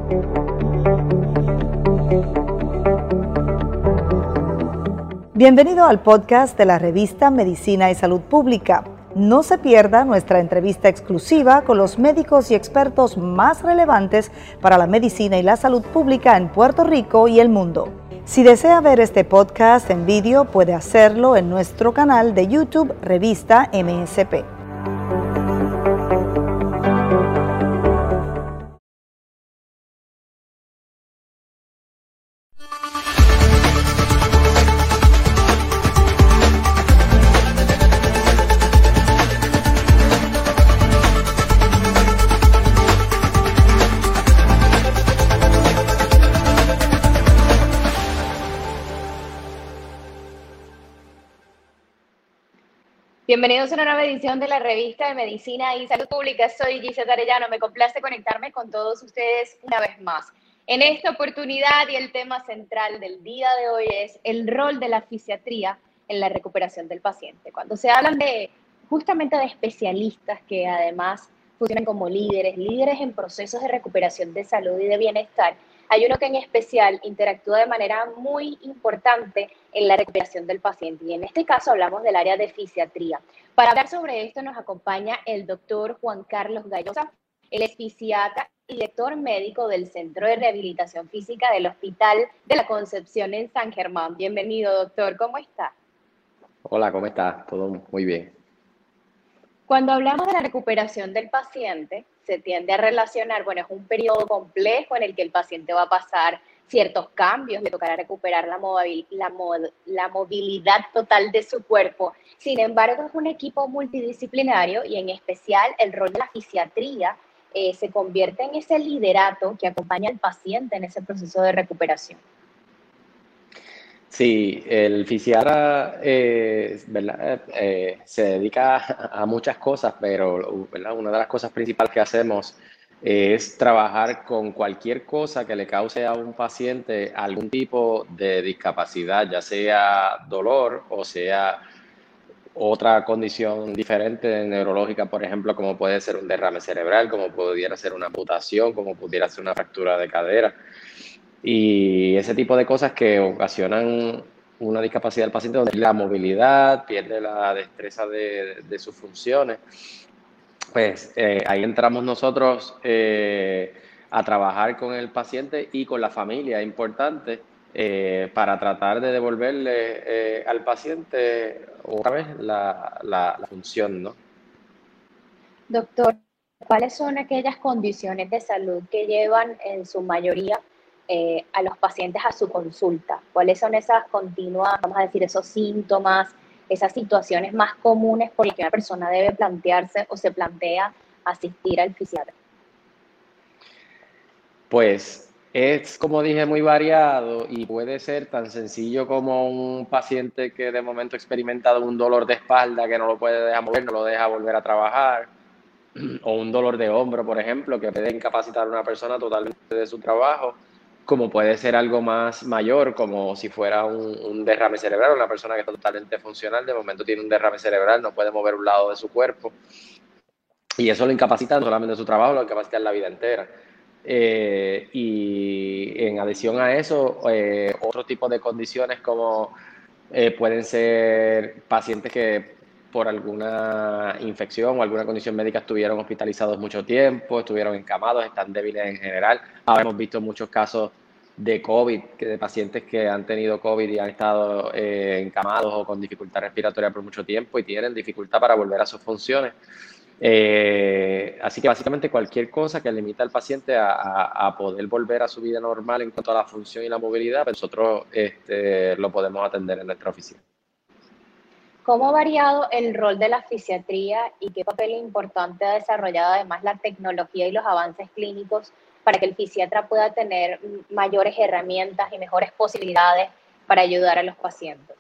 Bienvenido al podcast de la revista Medicina y Salud Pública. No se pierda nuestra entrevista exclusiva con los médicos y expertos más relevantes para la medicina y la salud pública en Puerto Rico y el mundo. Si desea ver este podcast en vídeo, puede hacerlo en nuestro canal de YouTube Revista MSP. Bienvenidos a una nueva edición de la revista de Medicina y Salud Pública. Soy Gisela Arellano. Me complace conectarme con todos ustedes una vez más. En esta oportunidad y el tema central del día de hoy es el rol de la fisiatría en la recuperación del paciente. Cuando se hablan justamente de especialistas que además funcionan como líderes en procesos de recuperación de salud y de bienestar, hay uno que en especial interactúa de manera muy importante en la recuperación del paciente. Y en este caso hablamos del área de fisiatría. Para hablar sobre esto nos acompaña el doctor Juan Carlos Gallosa. Él es fisiatra y director médico del Centro de Rehabilitación Física del Hospital de la Concepción en San Germán. Bienvenido, doctor. ¿Cómo está? Hola, ¿cómo estás? Todo muy bien. Cuando hablamos de la recuperación del paciente, se tiende a relacionar, es un periodo complejo en el que el paciente va a pasar ciertos cambios, le tocará recuperar la movilidad total de su cuerpo. Sin embargo, es un equipo multidisciplinario y en especial el rol de la fisiatría se convierte en ese liderato que acompaña al paciente en ese proceso de recuperación. Sí, el fisiatra ¿verdad? Se dedica a muchas cosas, pero ¿verdad? Una de las cosas principales que hacemos es trabajar con cualquier cosa que le cause a un paciente algún tipo de discapacidad, ya sea dolor o sea otra condición diferente neurológica, por ejemplo, como puede ser un derrame cerebral, como pudiera ser una amputación, como pudiera ser una fractura de cadera. Y ese tipo de cosas que ocasionan una discapacidad del paciente donde pierde la movilidad, pierde la destreza de sus funciones, pues ahí entramos nosotros a trabajar con el paciente y con la familia, es importante, para tratar de devolverle al paciente otra vez la función, ¿no? Doctor, ¿cuáles son aquellas condiciones de salud que llevan en su mayoría a los pacientes a su consulta? ¿Cuáles son esas continuas, vamos a decir, esos síntomas, esas situaciones más comunes por las que una persona debe plantearse o se plantea asistir al fisiatra? Pues es, como dije, muy variado y puede ser tan sencillo como un paciente que de momento ha experimentado un dolor de espalda que no lo puede dejar mover, no lo deja volver a trabajar, o un dolor de hombro, por ejemplo, que puede incapacitar a una persona totalmente de su trabajo, como puede ser algo más mayor, como si fuera un derrame cerebral, una persona que está totalmente funcional, de momento tiene un derrame cerebral, no puede mover un lado de su cuerpo, y eso lo incapacita no solamente de su trabajo, lo incapacita en la vida entera. Y en adición a eso, otro tipo de condiciones como pueden ser pacientes que por alguna infección o alguna condición médica estuvieron hospitalizados mucho tiempo, estuvieron encamados, están débiles en general. Ahora hemos visto muchos casos de COVID, de pacientes que han tenido COVID y han estado encamados o con dificultad respiratoria por mucho tiempo y tienen dificultad para volver a sus funciones. Así que básicamente cualquier cosa que limita al paciente a poder volver a su vida normal en cuanto a la función y la movilidad, pues nosotros lo podemos atender en nuestra oficina. ¿Cómo ha variado el rol de la fisiatría y qué papel importante ha desarrollado además la tecnología y los avances clínicos para que el fisiatra pueda tener mayores herramientas y mejores posibilidades para ayudar a los pacientes?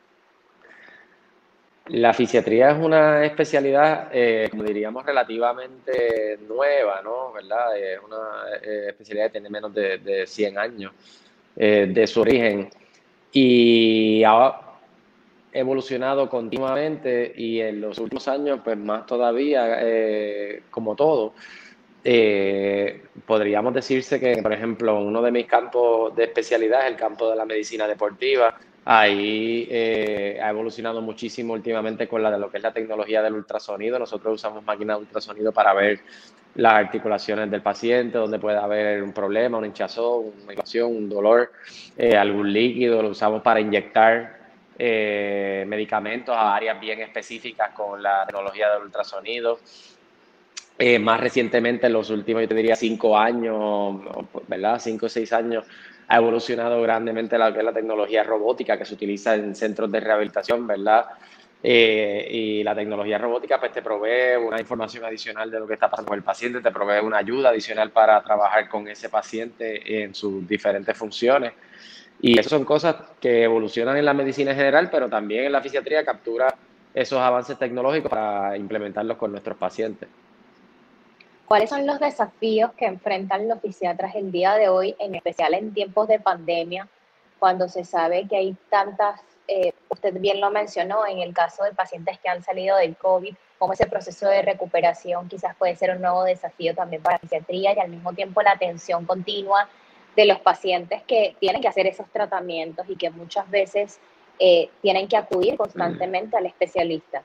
La fisiatría es una especialidad, como diríamos, relativamente nueva, ¿no? ¿Verdad? Es una especialidad que tiene menos de 100 años de su origen y ha evolucionado continuamente y en los últimos años, pues más todavía, como todo. podríamos decirse que, por ejemplo, uno de mis campos de especialidad es el campo de la medicina deportiva. Ahí ha evolucionado muchísimo últimamente con lo que es la tecnología del ultrasonido. Nosotros usamos máquinas de ultrasonido para ver las articulaciones del paciente, donde puede haber un problema, una hinchazón, una inflamación, un dolor, algún líquido. Lo usamos para inyectar medicamentos a áreas bien específicas con la tecnología del ultrasonido. Más recientemente, en los últimos, yo te diría, 5 años, ¿verdad? 5 o 6 años, ha evolucionado grandemente lo que es la tecnología robótica que se utiliza en centros de rehabilitación, ¿verdad? Y la tecnología robótica pues te provee una información adicional de lo que está pasando con el paciente, te provee una ayuda adicional para trabajar con ese paciente en sus diferentes funciones. Y eso son cosas que evolucionan en la medicina en general, pero también en la fisiatría captura esos avances tecnológicos para implementarlos con nuestros pacientes. ¿Cuáles son los desafíos que enfrentan los fisiatras el día de hoy, en especial en tiempos de pandemia, cuando se sabe que hay tantas, usted bien lo mencionó, en el caso de pacientes que han salido del COVID, cómo ese proceso de recuperación quizás puede ser un nuevo desafío también para la fisiatría y al mismo tiempo la atención continua de los pacientes que tienen que hacer esos tratamientos y que muchas veces tienen que acudir constantemente al especialista?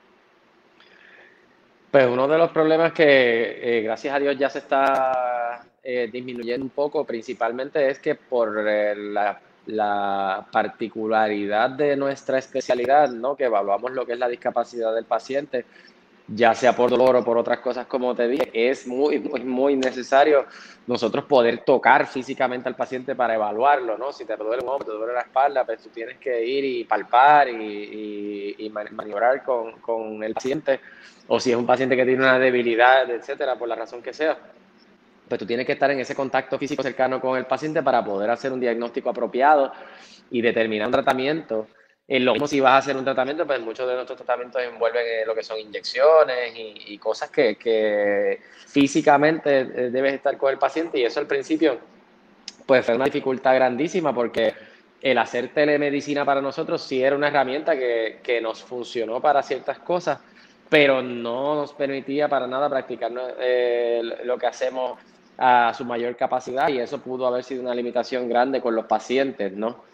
Pues uno de los problemas que gracias a Dios ya se está disminuyendo un poco, principalmente es que por la particularidad de nuestra especialidad, ¿no? Que evaluamos lo que es la discapacidad del paciente, ya sea por dolor o por otras cosas, como te dije, es muy necesario nosotros poder tocar físicamente al paciente para evaluarlo, ¿no? Si te duele un hombro, te duele la espalda, pues tú tienes que ir y palpar y maniobrar con el paciente, o si es un paciente que tiene una debilidad, etcétera, por la razón que sea, pues tú tienes que estar en ese contacto físico cercano con el paciente para poder hacer un diagnóstico apropiado y determinar un tratamiento. Lo mismo si vas a hacer un tratamiento, pues muchos de nuestros tratamientos envuelven lo que son inyecciones y cosas que físicamente debes estar con el paciente, y eso al principio pues fue una dificultad grandísima porque el hacer telemedicina para nosotros sí era una herramienta que nos funcionó para ciertas cosas, pero no nos permitía para nada practicar lo que hacemos a su mayor capacidad, y eso pudo haber sido una limitación grande con los pacientes, ¿no?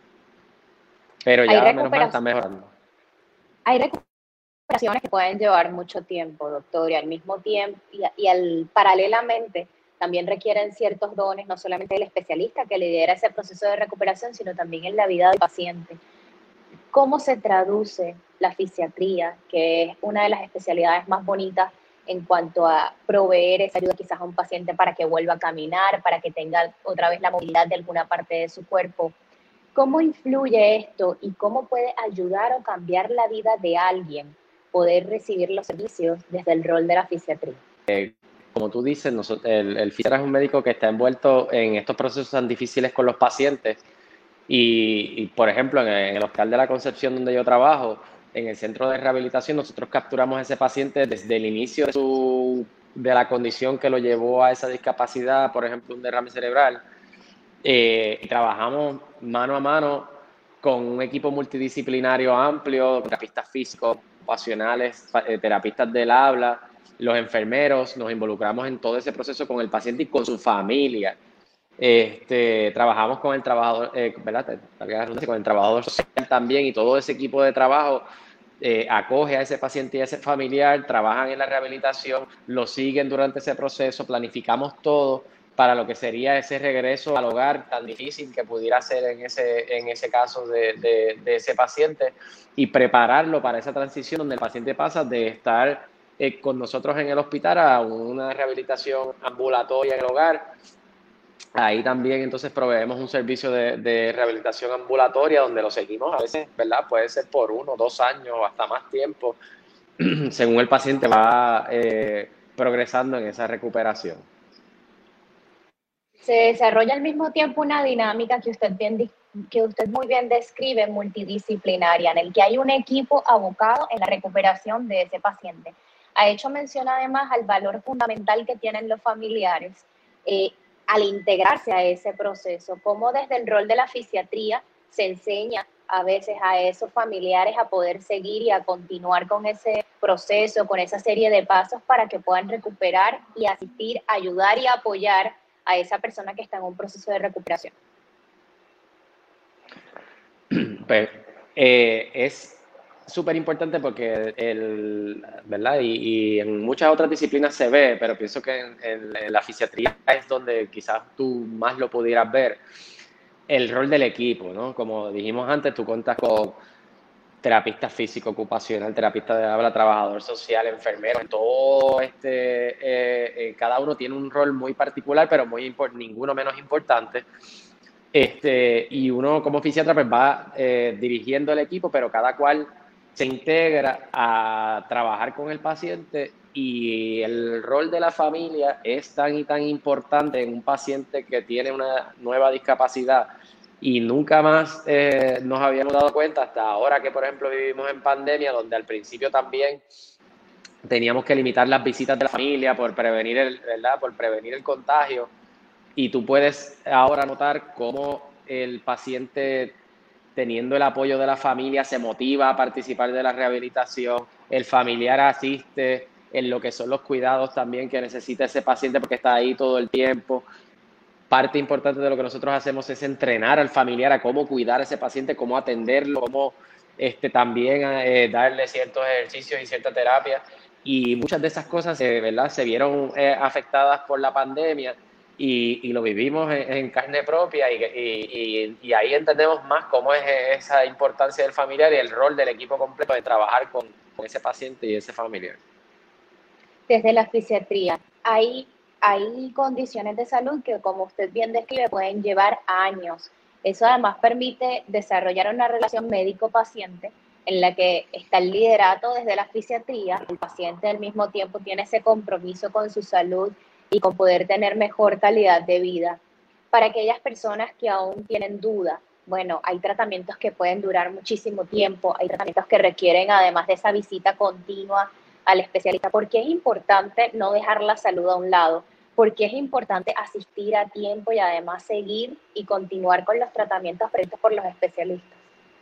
Pero Hay ya, menos mal, está recuperación. mejorando. Hay recuperaciones que pueden llevar mucho tiempo, doctor, y al mismo tiempo, paralelamente, también requieren ciertos dones, no solamente del especialista que lidera ese proceso de recuperación, sino también en la vida del paciente. ¿Cómo se traduce la fisiatría, que es una de las especialidades más bonitas en cuanto a proveer esa ayuda quizás a un paciente para que vuelva a caminar, para que tenga otra vez la movilidad de alguna parte de su cuerpo? ¿Cómo influye esto y cómo puede ayudar o cambiar la vida de alguien poder recibir los servicios desde el rol de la fisiatría? Como tú dices, el fisiatra es un médico que está envuelto en estos procesos tan difíciles con los pacientes. Y por ejemplo, en el Hospital de la Concepción, donde yo trabajo, en el centro de rehabilitación, nosotros capturamos a ese paciente desde el inicio de la condición que lo llevó a esa discapacidad, por ejemplo, un derrame cerebral. Trabajamos mano a mano con un equipo multidisciplinario amplio, terapistas físicos, ocupacionales, terapistas del habla, los enfermeros. Nos involucramos en todo ese proceso con el paciente y con su familia. Trabajamos con el trabajador, ¿verdad? Con el trabajador social también, y todo ese equipo de trabajo acoge a ese paciente y a ese familiar, trabajan en la rehabilitación, lo siguen durante ese proceso, planificamos todo para lo que sería ese regreso al hogar tan difícil que pudiera ser en ese caso de ese paciente, y prepararlo para esa transición donde el paciente pasa de estar con nosotros en el hospital a una rehabilitación ambulatoria en el hogar. Ahí también entonces proveemos un servicio de rehabilitación ambulatoria donde lo seguimos a veces, ¿verdad? Puede ser por 1 o 2 años o hasta más tiempo, según el paciente va progresando en esa recuperación. Se desarrolla al mismo tiempo una dinámica que usted muy bien describe, multidisciplinaria, en el que hay un equipo abocado en la recuperación de ese paciente. Ha hecho mención además al valor fundamental que tienen los familiares al integrarse a ese proceso, cómo desde el rol de la fisiatría se enseña a veces a esos familiares a poder seguir y a continuar con ese proceso, con esa serie de pasos para que puedan recuperar y asistir, ayudar y apoyar a esa persona que está en un proceso de recuperación? Pues, es súper importante porque ¿verdad? Y en muchas otras disciplinas se ve, pero pienso que en la fisiatría es donde quizás tú más lo pudieras ver, el rol del equipo, ¿no? Como dijimos antes, tú cuentas con terapista físico ocupacional, terapista de habla, trabajador social, enfermero, todo cada uno tiene un rol muy particular, pero ninguno menos importante. Y uno como fisiatra pues va dirigiendo el equipo, pero cada cual se integra a trabajar con el paciente, y el rol de la familia es tan y tan importante en un paciente que tiene una nueva discapacidad y nunca más nos habíamos dado cuenta hasta ahora que, por ejemplo, vivimos en pandemia, donde al principio también teníamos que limitar las visitas de la familia por prevenir el contagio. Y tú puedes ahora notar cómo el paciente, teniendo el apoyo de la familia, se motiva a participar de la rehabilitación, el familiar asiste en lo que son los cuidados también que necesita ese paciente porque está ahí todo el tiempo. Parte importante de lo que nosotros hacemos es entrenar al familiar a cómo cuidar a ese paciente, cómo atenderlo, cómo también darle ciertos ejercicios y cierta terapia. Y muchas de esas cosas ¿verdad? Se vieron afectadas por la pandemia y lo vivimos en carne propia y ahí entendemos más cómo es esa importancia del familiar y el rol del equipo completo de trabajar con ese paciente y ese familiar. Desde la fisiatría, hay condiciones de salud que, como usted bien describe, pueden llevar años. Eso además permite desarrollar una relación médico-paciente en la que está el liderato desde la fisiatría, el paciente al mismo tiempo tiene ese compromiso con su salud y con poder tener mejor calidad de vida. Para aquellas personas que aún tienen duda, bueno, hay tratamientos que pueden durar muchísimo tiempo, hay tratamientos que requieren, además de esa visita continua al especialista. ¿Por qué es importante no dejar la salud a un lado? ¿Por qué es importante asistir a tiempo y además seguir y continuar con los tratamientos prescritos por los especialistas?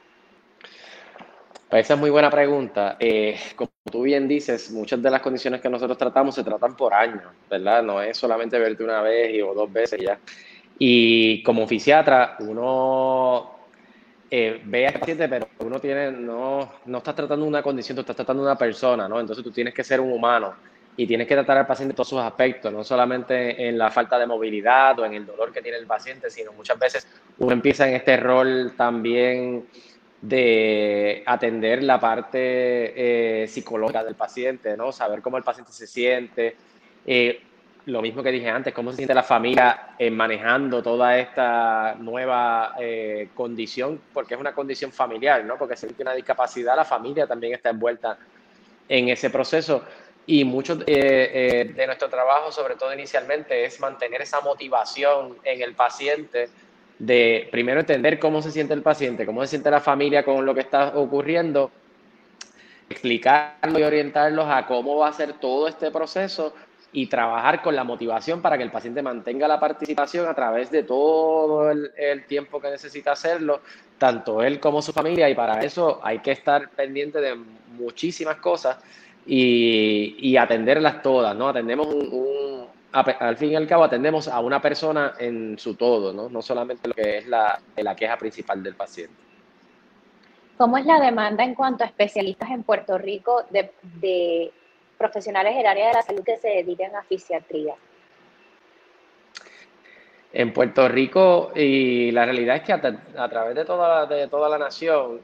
Pues esa es muy buena pregunta. Como tú bien dices, muchas de las condiciones que nosotros tratamos se tratan por años, ¿verdad? No es solamente verte una vez o dos veces ya. Y como fisiatra, uno ve a ese paciente, pero uno no estás tratando una condición, tú estás tratando una persona, ¿no? Entonces tú tienes que ser un humano y tienes que tratar al paciente en todos sus aspectos, no solamente en la falta de movilidad o en el dolor que tiene el paciente, sino muchas veces uno empieza en este rol también de atender la parte psicológica del paciente, ¿no? Saber cómo el paciente se siente. Lo mismo que dije antes, cómo se siente la familia manejando toda esta nueva condición, porque es una condición familiar, ¿no? Porque si tiene una discapacidad, la familia también está envuelta en ese proceso. Y mucho de nuestro trabajo, sobre todo inicialmente, es mantener esa motivación en el paciente de primero entender cómo se siente el paciente, cómo se siente la familia con lo que está ocurriendo, explicarlo y orientarlos a cómo va a ser todo este proceso y trabajar con la motivación para que el paciente mantenga la participación a través de todo el tiempo que necesita hacerlo, tanto él como su familia, y para eso hay que estar pendiente de muchísimas cosas y atenderlas todas, ¿no? Atendemos al fin y al cabo atendemos a una persona en su todo, ¿no? No solamente lo que es la queja principal del paciente. ¿Cómo es la demanda en cuanto a especialistas en Puerto Rico de profesionales del área de la salud que se dedican a fisiatría? En Puerto Rico, y la realidad es que a través de toda la nación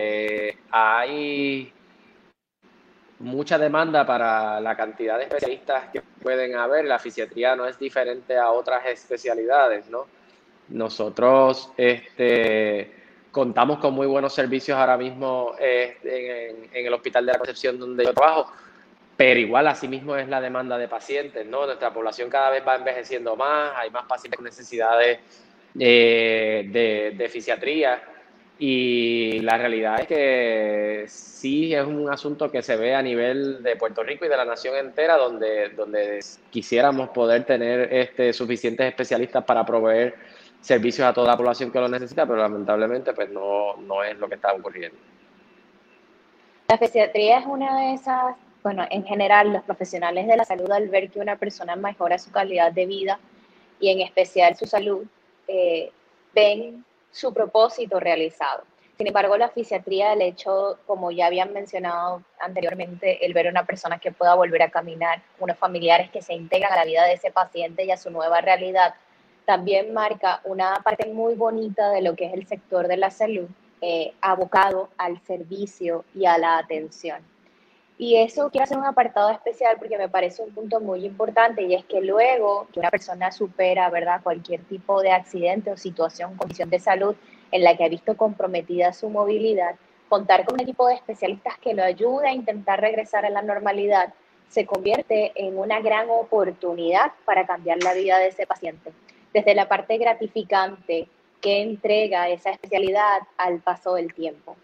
hay mucha demanda para la cantidad de especialistas que pueden haber. La fisiatría no es diferente a otras especialidades, ¿no? Nosotros contamos con muy buenos servicios ahora mismo en el Hospital de la Concepción donde yo trabajo, pero igual asimismo es la demanda de pacientes, ¿no? Nuestra población cada vez va envejeciendo más, hay más pacientes con necesidades de fisiatría Y la realidad es que sí es un asunto que se ve a nivel de Puerto Rico y de la nación entera, donde quisiéramos poder tener suficientes especialistas para proveer servicios a toda la población que lo necesita, pero lamentablemente pues no es lo que está ocurriendo. La fisiatría es una de esas, bueno, en general los profesionales de la salud al ver que una persona mejora su calidad de vida y en especial su salud, ven su propósito realizado. Sin embargo, la fisiatría, el hecho, como ya habían mencionado anteriormente, el ver a una persona que pueda volver a caminar, unos familiares que se integran a la vida de ese paciente y a su nueva realidad, también marca una parte muy bonita de lo que es el sector de la salud, abocado al servicio y a la atención. Y eso quiero hacer un apartado especial porque me parece un punto muy importante, y es que luego que una persona supera, ¿verdad?, cualquier tipo de accidente o situación, condición de salud en la que ha visto comprometida su movilidad, contar con un equipo de especialistas que lo ayude a intentar regresar a la normalidad se convierte en una gran oportunidad para cambiar la vida de ese paciente. Desde la parte gratificante que entrega esa especialidad al paso del tiempo.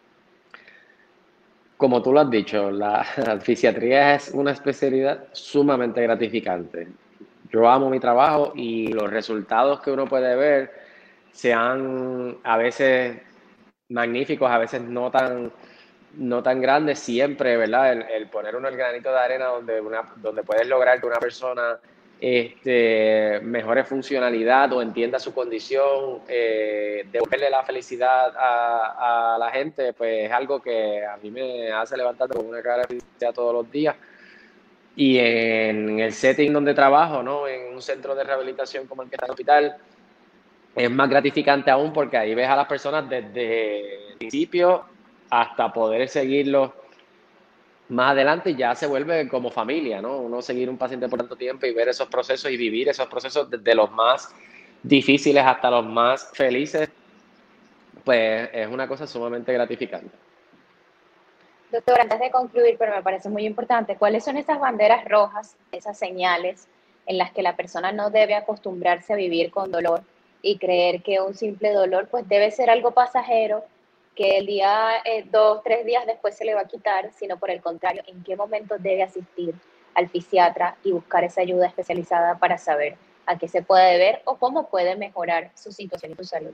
Como tú lo has dicho, la fisiatría es una especialidad sumamente gratificante. Yo amo mi trabajo y los resultados que uno puede ver sean a veces magníficos, a veces no tan grandes, siempre, ¿verdad? El poner uno el granito de arena donde puedes lograr que una persona mejore funcionalidad o entienda su condición, devolverle la felicidad a la gente, pues es algo que a mí me hace levantar con una cara de felicidad todos los días. Y en el setting donde trabajo, ¿no?, en un centro de rehabilitación como el que está en el hospital, es más gratificante aún porque ahí ves a las personas desde el principio hasta poder seguirlos más adelante. Ya se vuelve como familia, ¿no? Uno seguir un paciente por tanto tiempo y ver esos procesos y vivir esos procesos desde los más difíciles hasta los más felices, pues es una cosa sumamente gratificante. Doctor, antes de concluir, pero me parece muy importante, ¿cuáles son esas banderas rojas, esas señales en las que la persona no debe acostumbrarse a vivir con dolor y creer que un simple dolor pues debe ser algo pasajero, que el día, 2, 3 días después se le va a quitar, sino por el contrario, en qué momento debe asistir al fisiatra y buscar esa ayuda especializada para saber a qué se puede deber o cómo puede mejorar su situación y su salud?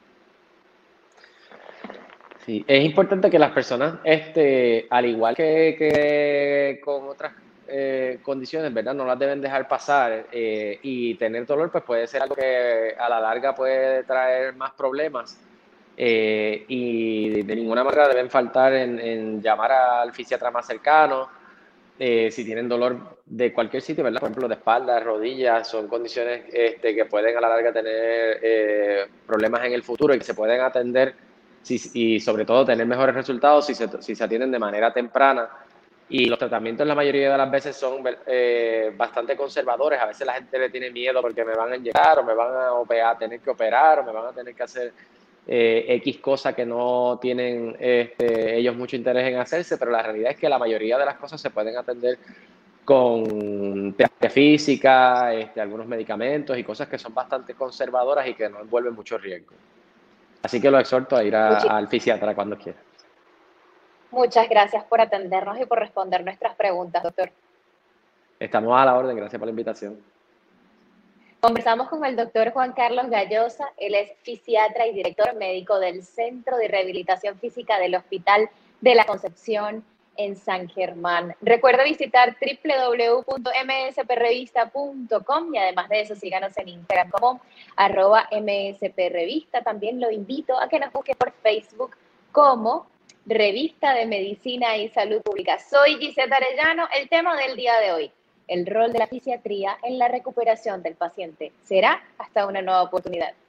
Sí, es importante que las personas, al igual que con otras condiciones, ¿verdad?, no las deben dejar pasar, y tener dolor pues puede ser algo que a la larga puede traer más problemas, y de ninguna manera deben faltar en llamar al fisiatra más cercano. Si tienen dolor de cualquier sitio, ¿verdad?, por ejemplo de espalda, rodillas, son condiciones que pueden a la larga tener problemas en el futuro y que se pueden atender y sobre todo tener mejores resultados si se atienden de manera temprana. Y los tratamientos la mayoría de las veces son bastante conservadores. A veces la gente le tiene miedo porque me van a inyectar o me van a tener que operar o me van a tener que hacer X cosas que no tienen ellos mucho interés en hacerse, pero la realidad es que la mayoría de las cosas se pueden atender con terapia física, algunos medicamentos y cosas que son bastante conservadoras y que no envuelven mucho riesgo. Así que lo exhorto a ir al fisiatra cuando quiera. Muchas gracias por atendernos y por responder nuestras preguntas, doctor. Estamos a la orden, gracias por la invitación. Conversamos con el doctor Juan Carlos Gallosa, él es fisiatra y director médico del Centro de Rehabilitación Física del Hospital de la Concepción en San Germán. Recuerda visitar www.msprevista.com y además de eso síganos en Instagram como @msprevista. También lo invito a que nos busque por Facebook como Revista de Medicina y Salud Pública. Soy Gisela Arellano. El tema del día de hoy: el rol de la fisiatría en la recuperación del paciente. Será hasta una nueva oportunidad.